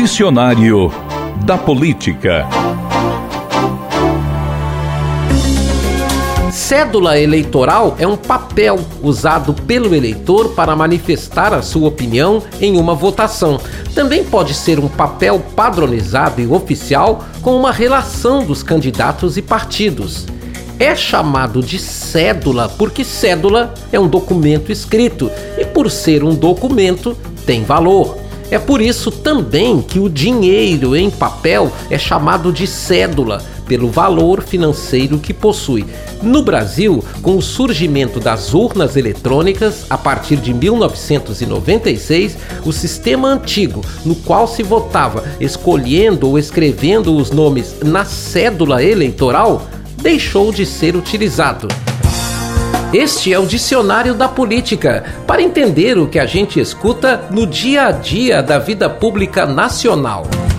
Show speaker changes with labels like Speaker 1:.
Speaker 1: Dicionário da Política.
Speaker 2: Cédula eleitoral é um papel usado pelo eleitor para manifestar a sua opinião em uma votação. Também pode ser um papel padronizado e oficial com uma relação dos candidatos e partidos. É chamado de cédula porque cédula é um documento escrito e, por ser um documento, tem valor. É por isso também que o dinheiro em papel é chamado de cédula, pelo valor financeiro que possui. No Brasil, com o surgimento das urnas eletrônicas, a partir de 1996, o sistema antigo, no qual se votava escolhendo ou escrevendo os nomes na cédula eleitoral, deixou de ser utilizado. Este é o Dicionário da Política, para entender o que a gente escuta no dia a dia da vida pública nacional.